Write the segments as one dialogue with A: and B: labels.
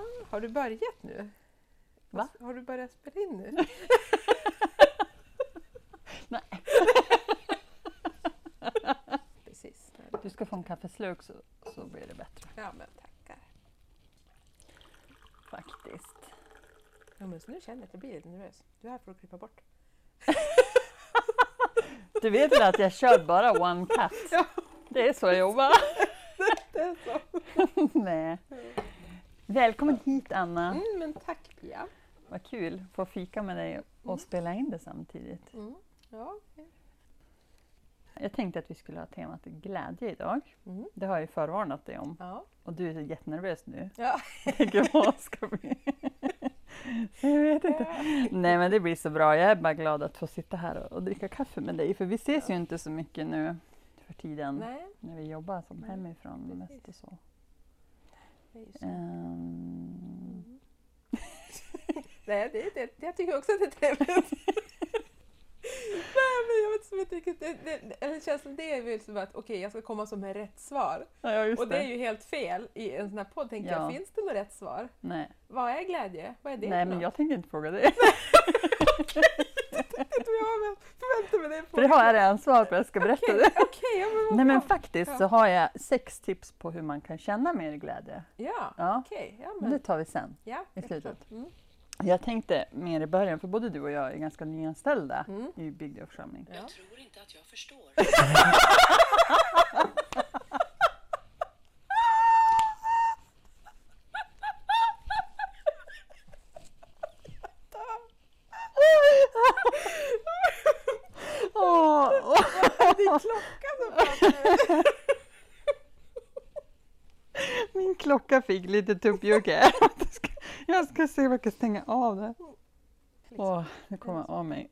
A: har du börjat nu?
B: Va?
A: Har du börjat spela in nu?
B: Nej.
A: Precis.
B: Du ska få en kaffeslurk så blir det bättre.
A: Ja, men tackar.
B: Faktiskt.
A: Ja, men så nu känner jag att jag blir lite nervös. Du är här för att klippa bort.
B: Du vet väl att jag kör bara one cut?
A: Ja.
B: Det är så jag jobbar.
A: Det är så.
B: Nej. Välkommen hit, Anna.
A: Men tack, Pia.
B: Vad kul att få fika med dig och spela in det samtidigt.
A: Ja.
B: Jag tänkte att vi skulle ha temat glädje idag.
A: Mm.
B: Det har jag ju förvarnat dig om.
A: Ja.
B: Och du är jättenervös nu.
A: Ja.
B: Jag tänker, vad ska vi... Jag vet inte. Nej, men det blir så bra. Jag är bara glad att få sitta här och dricka kaffe med dig. För vi ses ju inte så mycket nu för tiden.
A: Nej.
B: När vi jobbar som hemifrån mest och så.
A: Det är ju så. Nej, jag tycker också att det är trevligt. Nej, men jag vet inte riktigt. Det känns som det är väl som att okej, jag ska komma som med rätt svar.
B: Ja, just
A: Och det är ju helt fel i en sån här podd, tänker jag. Finns det något rätt svar?
B: Nej.
A: Vad är glädje? Vad är det?
B: Nej, men jag tänker inte fråga det.
A: Jag förväntar mig det.
B: För det har jag redan svar på, jag ska berätta det.
A: Okej,
B: Nej, men faktiskt så har jag 6 tips på hur man kan känna mer glädje.
A: Ja,
B: Ja.
A: okej. Ja,
B: Men det tar vi sen
A: ja,
B: i slutet.
A: Mm.
B: Jag tänkte mer i början, för både du och jag är ganska nyanställda i Bygdö församling.
A: Ja.
C: Jag tror inte att jag förstår.
A: Din klocka som pratar.
B: Min klocka fick lite tuppjucke. Jag ska se om jag kan stänga av det. Nu kommer jag av mig.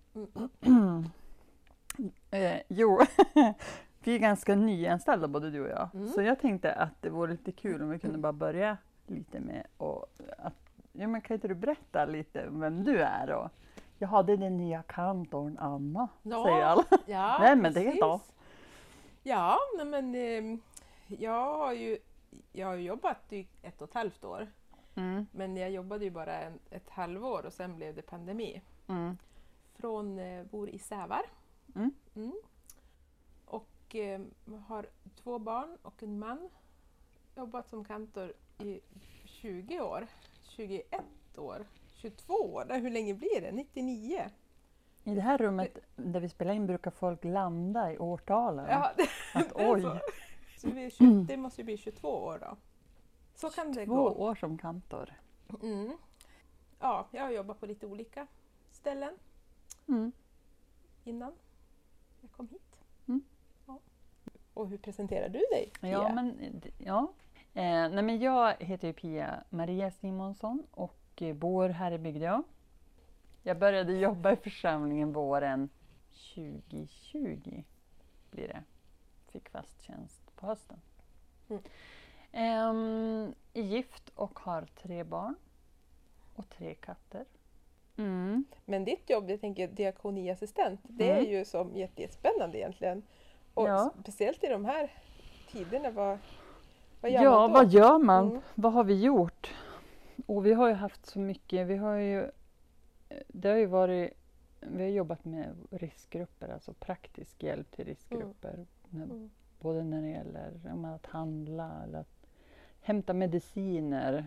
B: Jo, vi är ganska nyanställda både du och jag. Så jag tänkte att det vore lite kul om vi kunde bara börja lite med men kan inte du berätta lite om vem du är då? Jag hade den nya kantorn Anna, säger alla.
A: Ja,
B: Nej, men det är
A: precis.
B: då.
A: Ja, nej, men jag har ju jobbat i 1,5 år. Men jag jobbade ju bara ett halvår och sen blev det pandemi. Bor i Sävar. Och har 2 barn och en man. Jobbat som kantor i 20 år, 21 år, 22 år. Hur länge blir det? 99?
B: I det här rummet där vi spelar in brukar folk landa i årtalen.
A: Ja, det är
B: oj.
A: Så det måste ju bli 22 år då. Så kan det
B: 2
A: gå.
B: år som kantor.
A: Ja, jag har jobbat på lite olika ställen innan jag kom hit. Ja. Och hur presenterar du dig, Pia?
B: Nej, men jag heter ju Pia Maria Simonsson och bor här i Bygdö. Jag började jobba i församlingen våren 2020 blir det. Fick fast tjänst på hösten. Är gift och har 3 barn och 3 katter.
A: Men ditt jobb, jag tänker diakoniassistent, det är ju som jättespännande egentligen. Och speciellt i de här tiderna, vad gör man då?
B: Vad gör man? Vad har vi gjort? Och vi har ju haft så mycket, vi har jobbat med riskgrupper, alltså praktisk hjälp till riskgrupper. Både när det gäller att handla eller att hämta mediciner.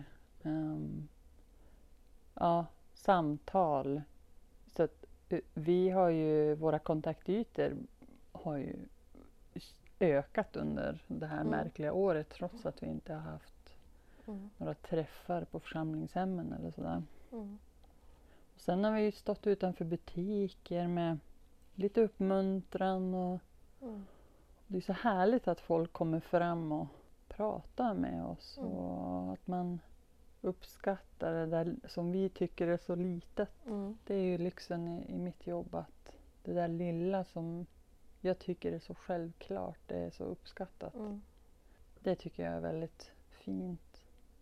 B: Samtal. Så att vi har ju, våra kontaktytor har ju ökat under det här märkliga året trots att vi inte har haft några träffar på församlingshemmen eller sådär. Och sen har vi ju stått utanför butiker med lite uppmuntran och det är så härligt att folk kommer fram och pratar med oss och att man uppskattar det där som vi tycker är så litet. Det är ju lyxen i mitt jobb, att det där lilla som jag tycker är så självklart, det är så uppskattat. Det tycker jag är väldigt fint.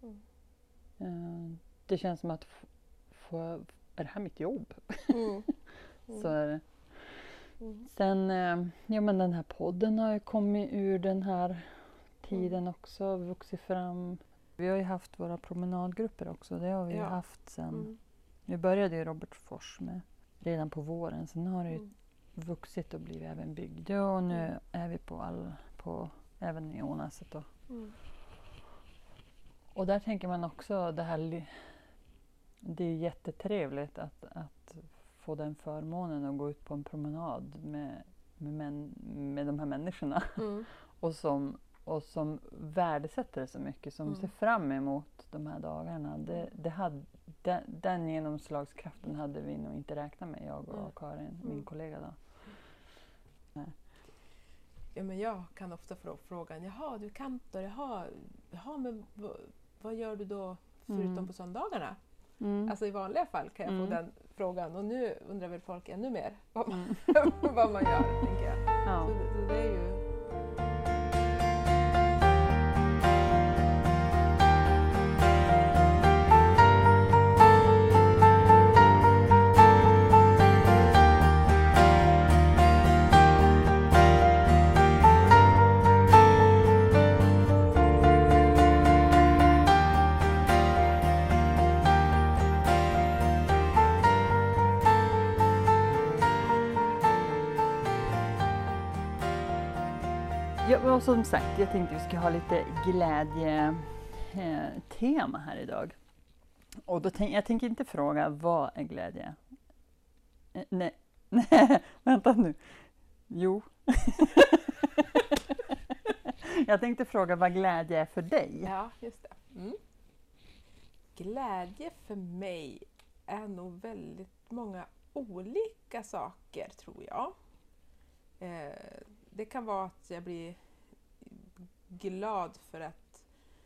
B: Det känns som att är det här mitt jobb? Så är det. Sen, men den här podden har ju kommit ur den här tiden också, vuxit fram. Vi har ju haft våra promenadgrupper också. Det har vi ju haft sen.
A: Mm.
B: Vi började i Robertsfors med redan på våren. Sen har det ju
A: Mm.
B: vuxit och blivit även bygd. Och nu är vi på även i Ånäset då.
A: Mm.
B: Och där tänker man också det här. Det är jättetrevligt att få den förmånen att gå ut på en promenad med de här människorna.
A: Mm.
B: och som värdesätter det så mycket. Som ser fram emot de här dagarna. Den genomslagskraften hade vi nog inte räknat med, jag och Karin, min kollega då. Nej.
A: Ja, men jag kan ofta få frågan, jaha du är kantor, jaha men vad gör du då förutom på söndagarna? Alltså i vanliga fall kan jag få den frågan och nu undrar väl folk ännu mer vad man gör, tänker jag.
B: Ja.
A: Så det är ju...
B: Ja, och som sagt, jag tänkte vi ska ha lite glädje-tema här idag. Och då jag tänker inte fråga vad är glädje? Nej, vänta nu. Jo. Jag tänkte fråga vad glädje är för dig.
A: Ja, just det. Glädje för mig är nog väldigt många olika saker, tror jag. Det kan vara att jag blir glad för att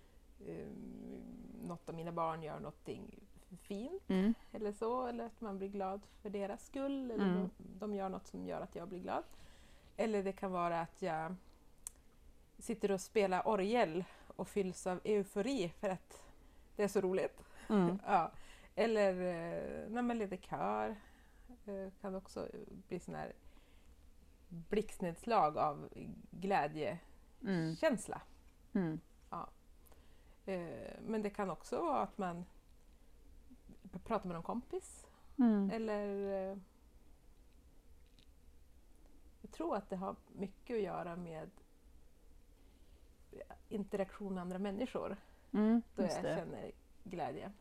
A: något av mina barn gör någonting fint eller så, eller att man blir glad för deras skull, eller de gör något som gör att jag blir glad. Eller det kan vara att jag sitter och spelar orgel och fylls av eufori för att det är så roligt. Ja. Eller lite kör kan också bli sån här blixtnedslag av glädjekänsla. Ja. Men det kan också vara att man pratar med någon kompis. Eller jag tror att det har mycket att göra med interaktion med andra människor. Då jag känner glädje.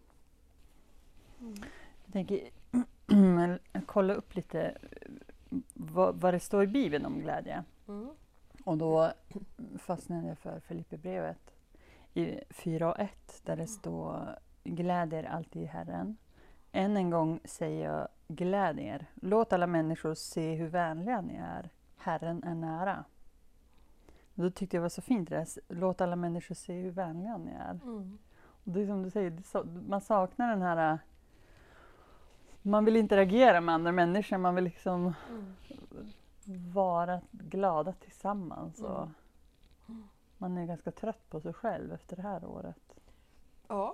B: Jag tänker kolla upp lite vad det står i Bibeln om glädje. Och då fastnade jag för Filipperbrevet i 4:1 där det står: glädjer alltid i Herren. Än en gång säger jag, gläd er. Låt alla människor se hur vänliga ni är. Herren är nära. Och då tyckte jag var så fint det där. Låt alla människor se hur vänliga ni är. Och det är som du säger, man saknar den här... Man vill interagera med andra människor. Man vill liksom vara glada tillsammans. Och man är ganska trött på sig själv efter det här året.
A: Ja,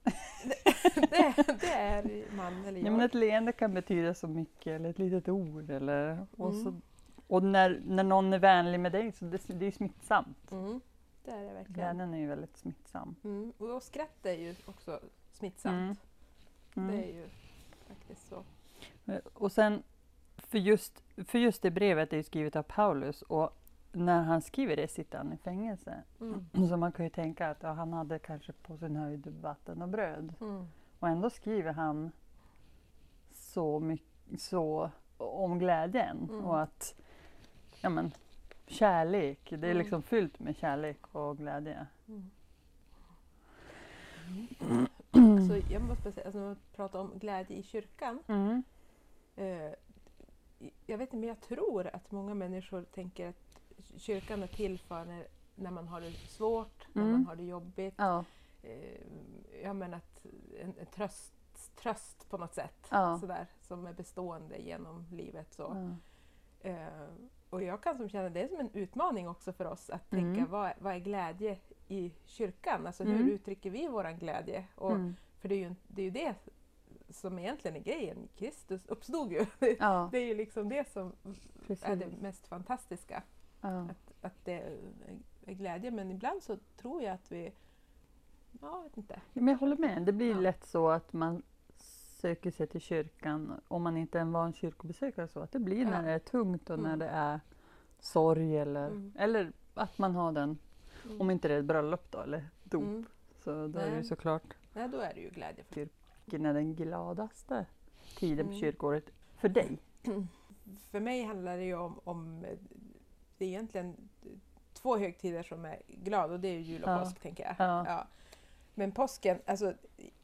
A: det är man eller jag.
B: Ja, men ett leende kan betyda så mycket. Eller ett litet ord. Eller, och när någon är vänlig med dig så det är smittsamt.
A: Det är det verkligen.
B: Glädjen är ju väldigt smittsam.
A: Och skratt är ju också smittsamt. Det är ju faktiskt så.
B: Och sen för just det brevet är ju skrivet av Paulus, och när han skriver det sitter han i fängelse. Så man kan ju tänka att han hade kanske på sin höjd vatten och bröd. Och ändå skriver han så mycket så om glädjen och att kärlek, det är liksom fyllt med kärlek och glädje.
A: Så jag måste säga, när man pratar om glädje i kyrkan, jag vet inte, men jag tror att många människor tänker att kyrkan är till för när man har det svårt, när man har det jobbigt. Jag menar att en tröst på något sätt, sådär, som är bestående genom livet. Så. Och jag kan känna det som en utmaning också för oss att tänka vad är glädje i kyrkan? Alltså hur uttrycker vi våran glädje? Och, för det är ju det som egentligen är grejen. Kristus uppstod ju. Det är ju liksom det som är det mest fantastiska. Att det är glädje. Men ibland så tror jag att jag vet inte.
B: Men jag håller med. Det blir
A: Ja.
B: lätt så att man söker sig till kyrkan om man inte är en van kyrkobesökare. Så att det blir när
A: Ja.
B: det är tungt och när
A: Mm.
B: det är sorg eller att man har den, om inte det är ett bröllop då eller dop.
A: Mm.
B: Så då är det ju
A: Nej.
B: såklart
A: Nej, då är det ju glädje.
B: vilken är den gladaste tiden på
A: Mm.
B: kyrkåret för dig?
A: För mig handlar det ju om det är egentligen 2 högtider som är glad och det är ju jul och
B: Ja.
A: påsk tänker jag.
B: Ja.
A: Ja. Men påsken, alltså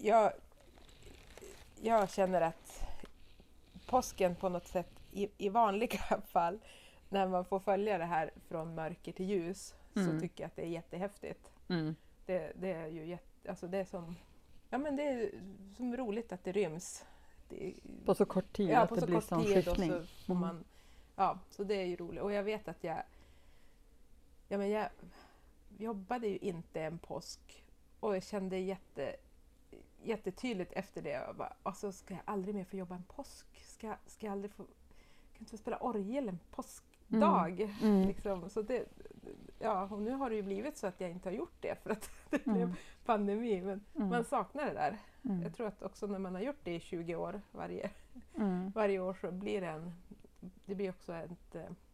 A: jag känner att påsken på något sätt i vanliga fall när man får följa det här från mörker till ljus så tycker jag att det är jättehäftigt.
B: Mm.
A: Det är ju alltså det är som, ja men det är som roligt att det ryms.
B: På så kort tid
A: Ja,
B: att
A: på
B: det
A: så
B: blir
A: kort
B: sån
A: tid och
B: skiftning.
A: så får man, ja, så det är ju roligt. Och jag vet att jag jobbade ju inte en påsk och jag kände jättetydligt efter det. Jag bara, alltså ska jag aldrig mer få jobba en påsk? Ska jag aldrig kan inte få spela orgel en påskdag? Liksom. Så det, ja, och nu har det ju blivit så att jag inte har gjort det för att det blev pandemi. Men man saknar det där. Jag tror att också när man har gjort det i 20 år varje år så blir det blir också ett,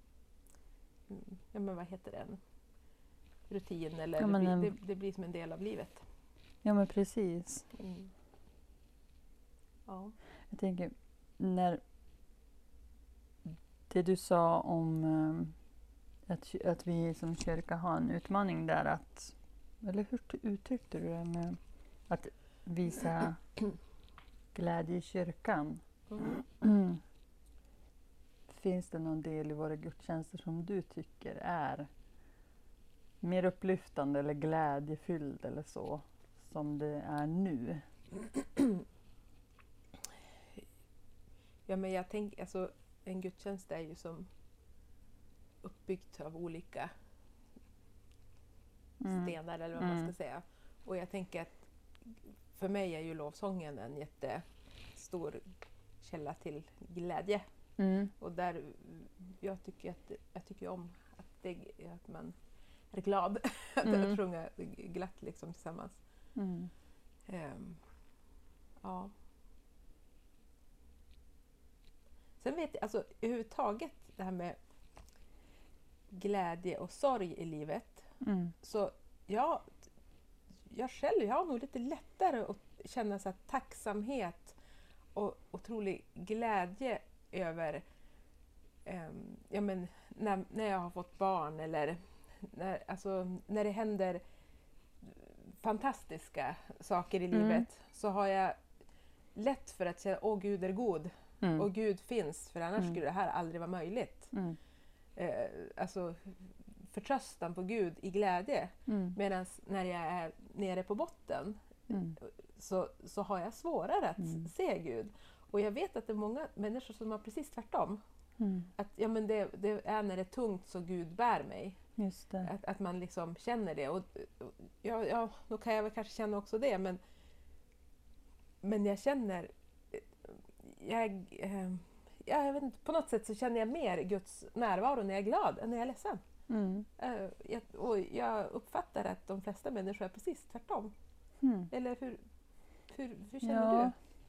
A: ja men vad heter det, en rutin eller
B: Ja,
A: det blir som en del av livet.
B: Ja men precis.
A: Ja.
B: Jag tänker, när det du sa om att vi som kyrka har en utmaning där att, eller hur uttryckte du det med att visa glädje i kyrkan? Finns det någon del i våra gudstjänster som du tycker är mer upplyftande eller glädjefylld eller så som det är nu?
A: Ja men jag tänker, alltså en gudstjänst är ju som uppbyggt av olika stenar eller vad man ska säga. Och jag tänker att för mig är ju lovsången en jättestor källa till glädje. Och där jag tycker om att man är glad att sjunga glatt liksom tillsammans. Ja. Sen vet jag, alltså överhuvudtaget det här med glädje och sorg i livet. Så jag har nog lite lättare att känna så här tacksamhet och otrolig glädje över ja, men när jag har fått barn eller när det händer fantastiska saker i livet så har jag lätt för att säga åh Gud är god och Gud finns för annars skulle det här aldrig vara möjligt. Alltså förtröstan på Gud i glädje. Medan när jag är nere på botten så har jag svårare att se Gud. Och jag vet att det är många människor som har precis tvärtom. Att ja, men det är när det är tungt så Gud bär mig.
B: Just det.
A: Att man liksom känner det. Och ja, då kan jag väl kanske känna också det. Men jag känner... Jag vet inte, på något sätt så känner jag mer Guds närvaro när jag är glad än när jag är ledsen. Och jag uppfattar att de flesta människor är precis tvärtom. Eller hur känner du?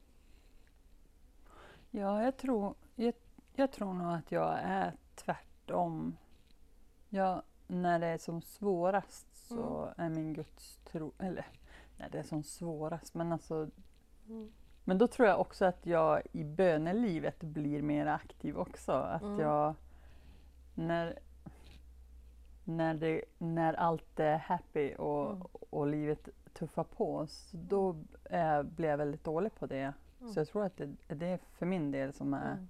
B: Ja, jag tror nog att jag är tvärtom. När det är som svårast så är min Guds tro, eller när det är som svårast, men alltså men då tror jag också att jag i bönelivet blir mer aktiv också. Att jag, när allt är happy och livet tuffar på, så då blir jag väldigt dålig på det. Så jag tror att det är för min del som är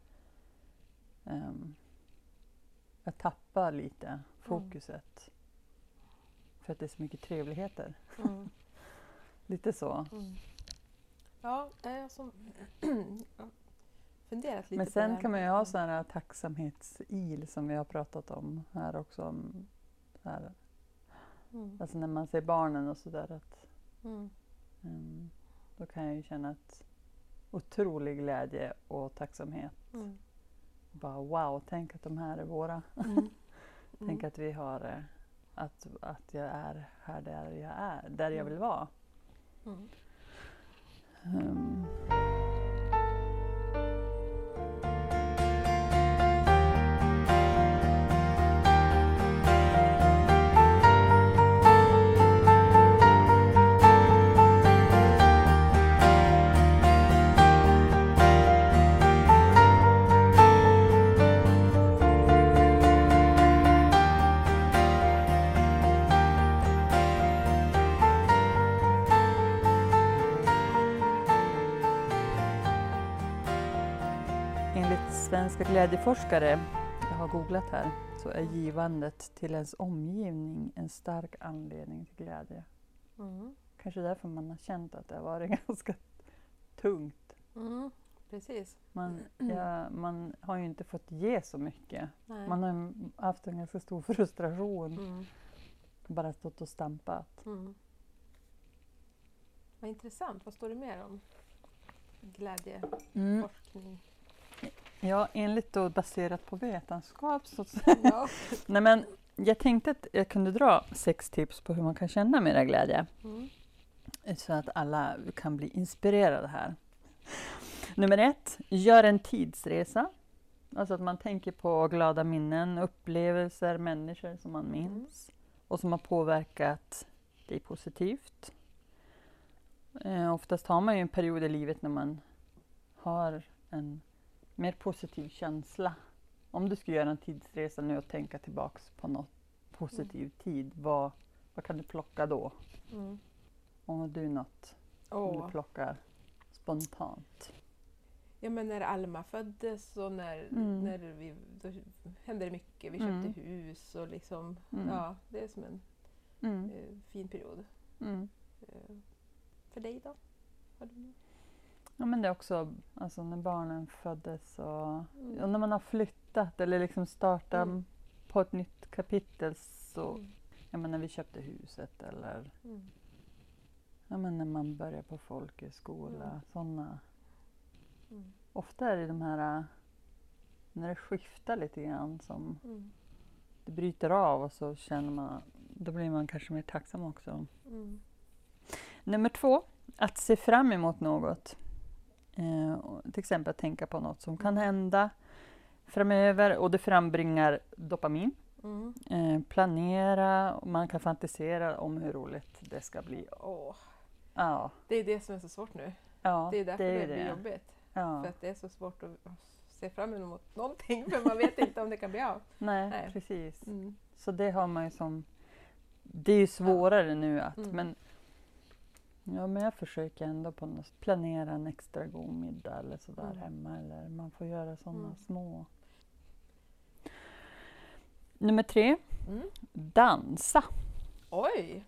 B: jag tappar lite fokuset. För att det är så mycket trevligheter. Lite så.
A: Ja, jag som funderat lite
B: Men
A: på
B: sen
A: det här.
B: kan man ju ha sådana här tacksamhetsil som vi har pratat om här också. Så här. Alltså när man ser barnen och sådär. Då kan jag ju känna ett otrolig glädje och tacksamhet. Bara wow, tänk att de här är våra. Tänk att vi har att jag är här där jag är, där jag vill vara.
A: Mm.
B: Ehm. Enligt svenska glädjeforskare, jag har googlat här, så är givandet till ens omgivning en stark anledning till glädje.
A: Mm.
B: Kanske därför man har känt att det har varit ganska tungt.
A: Mm. Precis.
B: Man har ju inte fått ge så mycket.
A: Nej.
B: Man har haft en ganska stor frustration.
A: Mm.
B: Bara stått och stampat.
A: Mm. Vad intressant. Vad står det mer om glädjeforskning?
B: Ja, enligt då baserat på vetenskap. Så
A: Ja.
B: Nej, men jag tänkte att jag kunde dra 6 tips på hur man kan känna mera glädje.
A: Mm.
B: Så att alla kan bli inspirerade här. Nummer 1, gör en tidsresa. Alltså att man tänker på glada minnen, upplevelser, människor som man minns. Och som har påverkat dig positivt. Oftast har man ju en period i livet när man har en mer positiv känsla. Om du skulle göra en tidsresa nu och tänka tillbaks på något positiv tid, vad kan du plocka då?
A: Mm.
B: Om du något som du plockar spontant.
A: Ja, men när Alma föddes och när då hände det mycket. Vi köpte hus och liksom, ja, det är som en fin period. För dig då? Har du...
B: Ja, men det är också alltså, när barnen föddes och när man har flyttat eller liksom startat på ett nytt kapitel så, jag menar, när vi köpte huset eller ja, men när man börjar på folkhögskola, sådana. Ofta är det de här, när det skiftar lite grann som det bryter av och så känner man, då blir man kanske mer tacksam också. Nummer 2, att se fram emot något. Till exempel att tänka på något som kan hända framöver och det frambringar dopamin. Planera, och man kan fantisera om hur roligt det ska bli. Ja.
A: Det är det som är så svårt nu.
B: Ja,
A: det är därför det blir jobbigt.
B: Ja.
A: För att det är så svårt att se fram emot någonting för man vet inte om det kan bli av.
B: Nej. Precis. Så det har man ju som, det är ju svårare nu att, men jag försöker ändå på något, planera en extra god middag eller sådär hemma, eller man får göra sådana små. Nummer 3, dansa.
A: Oj!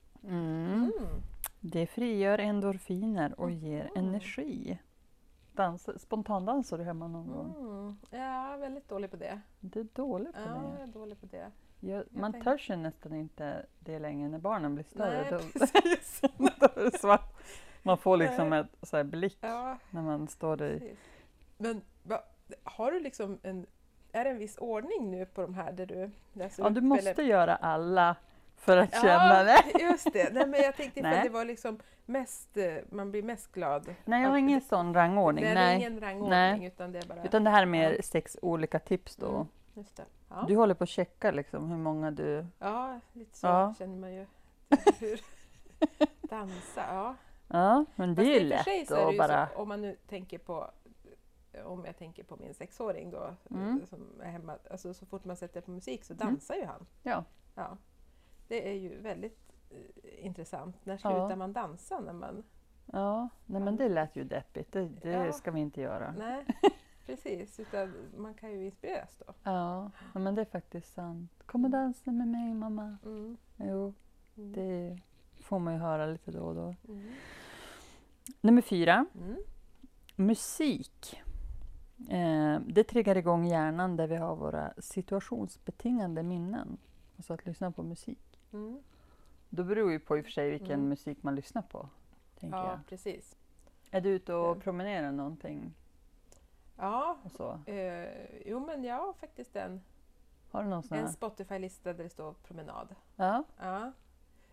B: Det frigör endorfiner och ger energi. Spontandansar du hemma någon gång?
A: Ja, väldigt dålig på det.
B: Du är dålig på det?
A: Ja, jag är dålig på det.
B: Man törs ju nästan inte det längre när barnen blir större.
A: Nej,
B: då
A: precis.
B: är det svart. Man får liksom ett så här blick när man står där.
A: Precis. Men har du liksom är det en viss ordning nu på de här där du läser upp?
B: Ja, du måste göra alla för att känna det.
A: Just det. Nej, men jag tänkte att det var liksom mest, man blir mest glad.
B: Nej, jag har ingen sån rangordning.
A: Det är ingen rangordning, utan det är bara...
B: Utan det här är mer 6 olika tips då.
A: Just det. Ja.
B: Du håller på att checka liksom hur många du...
A: Ja, lite så känner man ju. Hur dansa,
B: Ja, men det är ju lätt att bara...
A: Så, om man nu tänker på, om jag tänker på min 6-åring då, som är hemma, alltså så fort man sätter på musik så dansar ju han.
B: Ja.
A: Det är ju väldigt intressant. När slutar man dansa? När man...
B: Ja, nej, men det lät ju deppigt. Det ska vi inte göra.
A: Nej, precis. Utan man kan ju inspireras då.
B: Ja, men det är faktiskt sant. Kom och dansa med mig, mamma. Jo, det får man ju höra lite då och då. Nummer 4. Musik. Det triggar igång hjärnan där vi har våra situationsbetingande minnen. Alltså att lyssna på musik. Då beror ju på i och för sig vilken musik man lyssnar på. Tänker jag.
A: Precis.
B: Är du ute och promenerar någonting?
A: Ja,
B: och så?
A: Jo men jag har faktiskt
B: har du någon sån här?
A: En Spotify-lista där det står promenad.
B: Ja.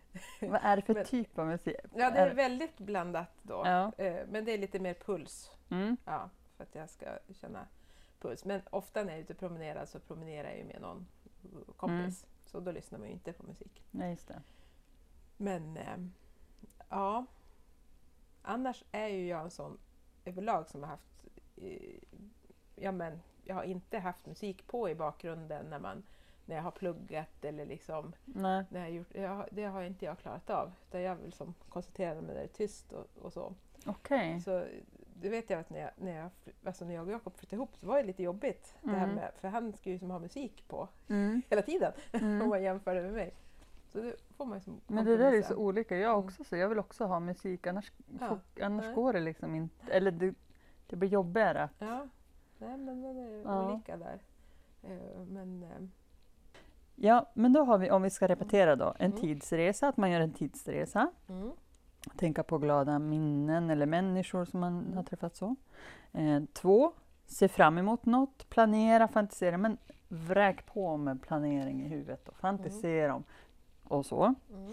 B: Vad är det för
A: Men-
B: typ av musik?
A: Ja, det är väldigt blandat då.
B: Ja.
A: Men det är lite mer puls.
B: Mm.
A: Ja, för att jag ska känna puls. Men ofta när jag är ute och promenerar så promenerar jag ju med någon kompis. Så då lyssnar man ju inte på musik.
B: Nej, just det.
A: Men ja, annars är ju jag en sån överlag som har haft, ja men jag har inte haft musik på i bakgrunden när jag har pluggat eller liksom,
B: Nej.
A: när jag gjort, det har inte jag klarat av. Utan jag vill som koncentrera mig där det är tyst och så.
B: Okej.
A: Så det vet jag att när jag och Jakob flyttade ihop så var det lite jobbigt. Det här med, för han ska ju som ha musik på
B: Mm.
A: hela tiden
B: Mm.
A: om man jämför det med mig. Så det får man ju som
B: Men det där är
A: kompromissa.
B: så olika. Jag också, så jag vill också ha musik. Annars
A: Nej.
B: går det liksom inte. Eller det blir jobbigare.
A: Ja, nej men det är
B: Ja.
A: olika där. Men
B: Ja, men då har vi, om vi ska repetera då, en
A: Mm.
B: tidsresa. Att man gör en tidsresa. Tänka på glada minnen eller människor som man har träffat så. 2, se fram emot något, planera, fantisera. Men vräk på med planering i huvudet och fantisera om och så.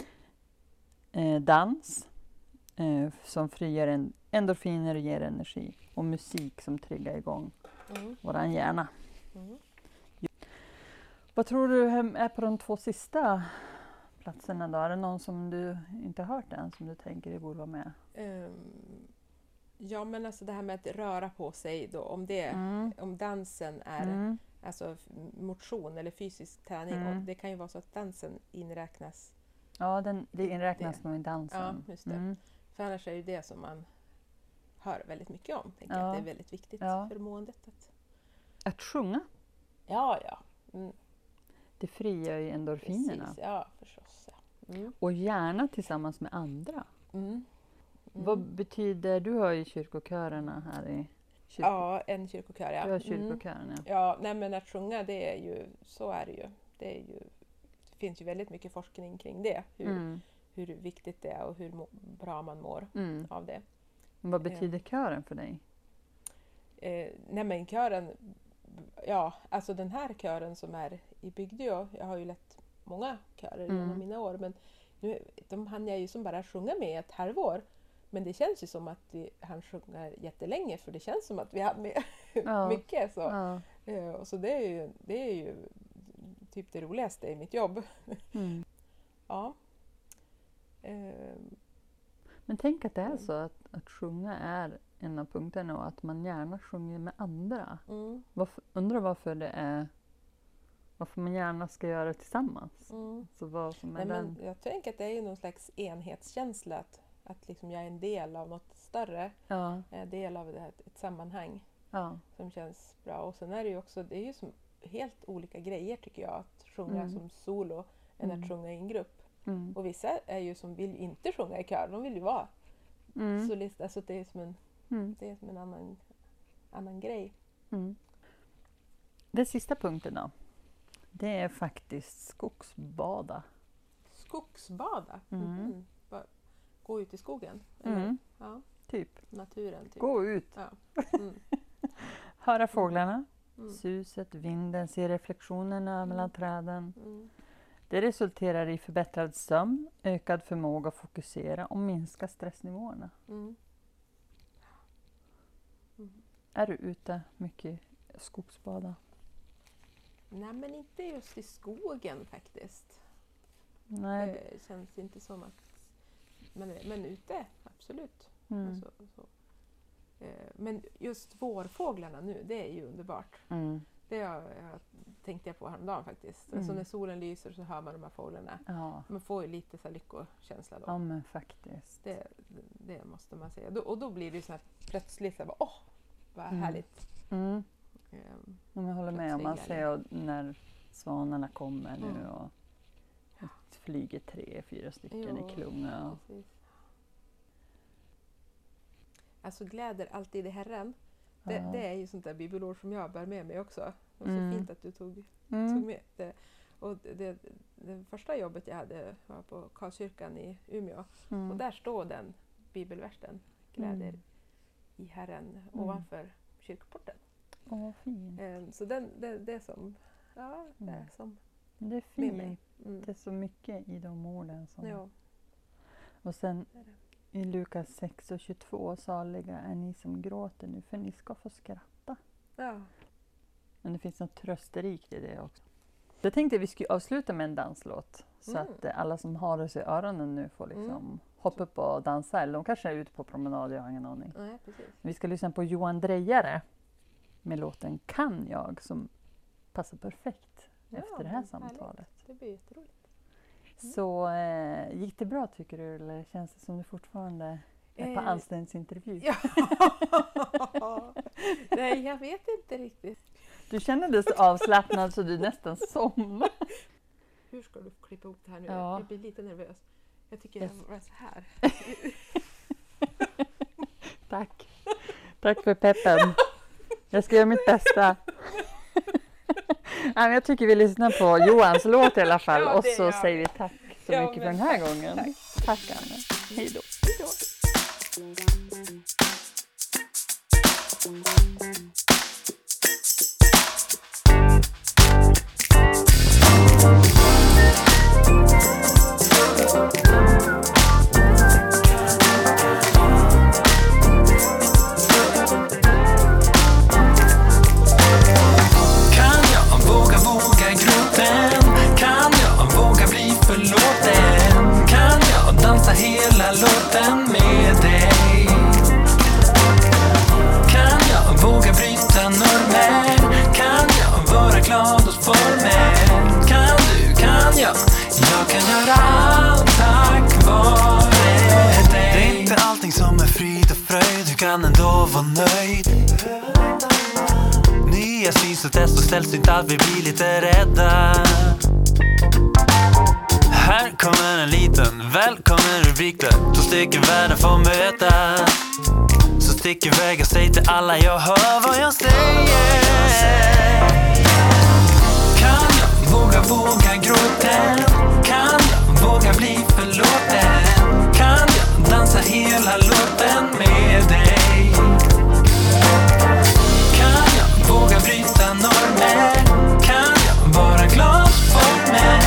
B: Dans som frigör endorfiner och ger energi. Och musik som triggar igång våran hjärna. Vad tror du är på de 2 sista platserna då? Är det någon som du inte har hört än som du tänker det borde vara med?
A: Ja men alltså det här med att röra på sig då, om dansen är alltså motion eller fysisk träning, och det kan ju vara så att dansen inräknas.
B: Ja, det inräknas nog i dansen.
A: Ja, just det. För annars är det ju det som man hör väldigt mycket om. Tänker
B: Ja.
A: att det är väldigt viktigt
B: Ja.
A: för måendet.
B: Att sjunga,
A: Ja.
B: det frigör ju endorfinerna.
A: Precis, ja förstås. Ja.
B: Och gärna tillsammans med andra.
A: Mm.
B: Vad betyder, du har ju kyrkokörerna här i
A: Ja, en kyrkokör, ja.
B: Du har kyrkokören, ja.
A: Ja, nej men att sjunga, det är ju, så är det ju. Det finns ju väldigt mycket forskning kring det. Hur viktigt det är och hur bra man mår av det.
B: Men vad betyder kören för dig?
A: Nej men kören, ja, alltså den här kören som är i Bygdeå, jag har ju lett många körer genom mina år, men nu, de hann jag ju som bara sjunga med ett halvår. Men det känns ju som att han sjunger jättelänge, för det känns som att vi har med mycket. Så, och så det är ju typ det roligaste i mitt jobb. Ja.
B: Men tänk att det är så att sjunga är en av punkterna och att man gärna sjunger med andra. Undrar varför det är, varför man gärna ska göra det tillsammans. Så vad som är
A: men jag tänker att det är ju någon slags enhetskänsla, att liksom jag är en del av något större, del av ett sammanhang som känns bra. Och sen är det ju också, det är ju som helt olika grejer tycker jag, att sjunga som solo än att sjunga i en grupp. Och vissa är ju som vill inte sjunga i kör, de vill ju vara solist, alltså det är som en annan grej.
B: Den sista punkten då, det är faktiskt skogsbada.
A: Skogsbada? Gå ut i skogen? Eller? Ja.
B: Typ.
A: Naturen? Typ.
B: Gå ut.
A: Ja.
B: Höra fåglarna, suset, vinden, se reflektionerna mellan träden. Det resulterar i förbättrad sömn, ökad förmåga att fokusera och minska stressnivåerna. Är du ute mycket skogsbada?
A: Nej, men inte just i skogen faktiskt.
B: Nej.
A: Det känns inte som att... Men ute, absolut. Men just vårfåglarna nu, det är ju underbart. Det tänkte jag på häromdagen faktiskt. Alltså när solen lyser så hör man de här fåglarna.
B: Ja.
A: Man får ju lite så här lyckokänsla då.
B: Ja, men faktiskt.
A: Det måste man säga. Och då blir det ju så här plötsligt så här, åh, vad härligt.
B: Jag håller med, om man ser när svanarna kommer nu och flyger 3-4 stycken i klunga.
A: Precis. Alltså gläder alltid i Herren. Det är ju sånt där bibelord som jag bär med mig också. Det var så fint att du tog med det. Och det första jobbet jag hade var på Karlskyrkan i Umeå. Och där står den bibelversen. Gläder i Herren ovanför kyrkporten.
B: Åh, fint.
A: Så det är som... Ja, det är som...
B: Det är
A: med mig.
B: fint. Det är så mycket i de orden som Och sen i Lukas 6:22, saliga är ni som gråter nu, för ni ska få skratta.
A: Ja.
B: Men det finns något trösterikt i det också. Jag tänkte att vi skulle avsluta med en danslåt. Så att alla som har det i öronen nu får liksom hoppa upp och dansa. Eller de kanske är ute på promenad, jag har ingen aning.
A: Nej, precis.
B: Vi ska lyssna på Johan Drejare med låten Kan jag, som passar perfekt efter det här samtalet.
A: Härligt. Det blir jätteroligt.
B: Så gick det bra tycker du, eller känns det som du fortfarande är på anställningsintervju?
A: Ja. Nej, jag vet inte riktigt.
B: Du känner dig så avslappnad så du nästan somnar.
A: Hur ska du klippa ihop det här nu?
B: Ja.
A: Jag blir lite nervös. Jag tycker jag var så här.
B: Tack. Tack för peppen. Jag ska göra mitt bästa. Jag tycker vi lyssnar på Johans låt i alla fall.
A: Ja,
B: och så säger vi tack så mycket för den här gången. Tack Anna. Hej då.
A: Hej då.
C: Hela låten med dig. Kan jag våga bryta normer? Kan jag vara glad hos former? Kan du, kan jag? Jag kan göra allt tack vare dig. Det är inte allting som är frid och fröjd. Du kan ändå vara nöjd. Nya synsätt så ställs inte att vi blir lite rädda. Här kommer en liten välkommen rubrik där 2 stycken världen får möta. Så stick iväg och säg till alla jag hör vad jag säger. Kan jag våga gråta? Kan jag våga bli förlåten? Kan jag dansa hela låten med dig? Kan jag våga bryta normer? Kan jag vara glad för mig?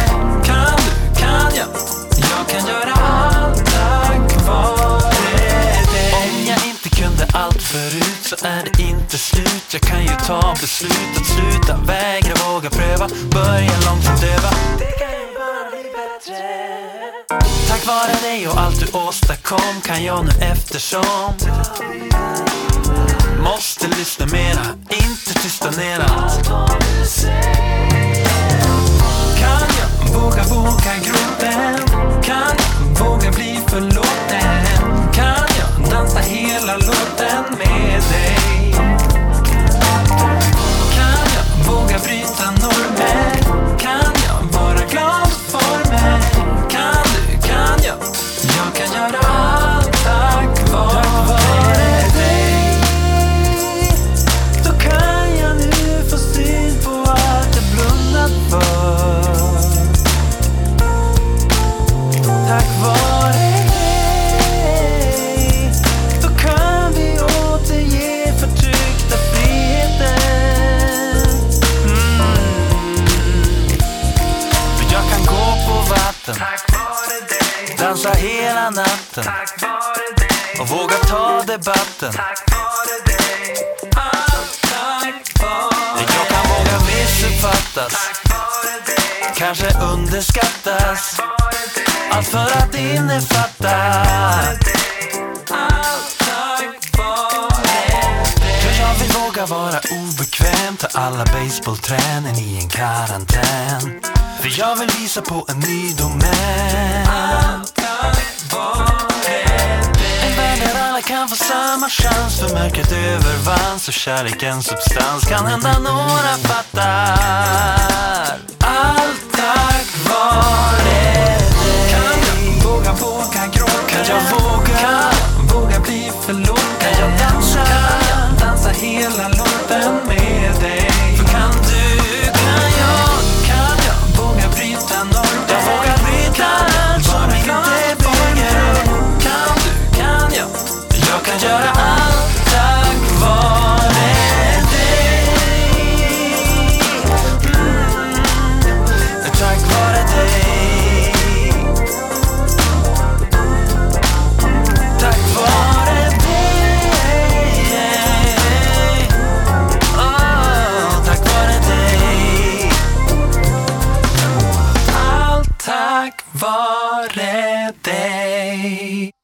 C: Jag kan göra allt tack vare dig. Om jag inte kunde allt förut så är det inte slut. Jag kan ju ta beslut att sluta, vägra, våga pröva, börja långsamt öva. Det kan ju bara bli bättre. Tack vare dig och allt du åstadkom kan jag nu eftersom måste lyssna mera, inte tysta ner allt. Kan jag våga gråta? Kan jag våga bli förlåten? Kan jag dansa hela låten med dig? Kan jag våga bryta normer? Kan jag vara glad för mig? Kan du, kan jag? Jag kan göra allt tack vare dig. Då kan jag nu få syn på allt jag blundat för. Tack vare dig, då kan vi återge förtryckta friheten. För jag kan gå på vatten, tack vare dig. Dansa hela natten, tack vare dig. Och våga ta debatten, tack vare dig. Allt tack vare dig. Jag kan våga missuppfattas, tack vare dig. Kanske underskattas, tack vare dig. Allt för att innefatta allt tack vare dig. För jag vill våga vara obekväm, ta alla baseballtränen i en karantän. För jag vill visa på en ny domän. Allt tack vare dig. En värld där alla kan få samma chans. För mörkret övervanns och kärlekens substans kan hända några fattar. Allt tack vare dig. Våga gråta? Kan jag våga bli förlåten? Kan jag dansa hela låten med dig? För kan du, kan jag våga bryta normer? Jag vågar bryta allt som inte bygger upp. Kan du, kan jag kan göra allt tack vare dig. Tack vare dig. tack vare dig.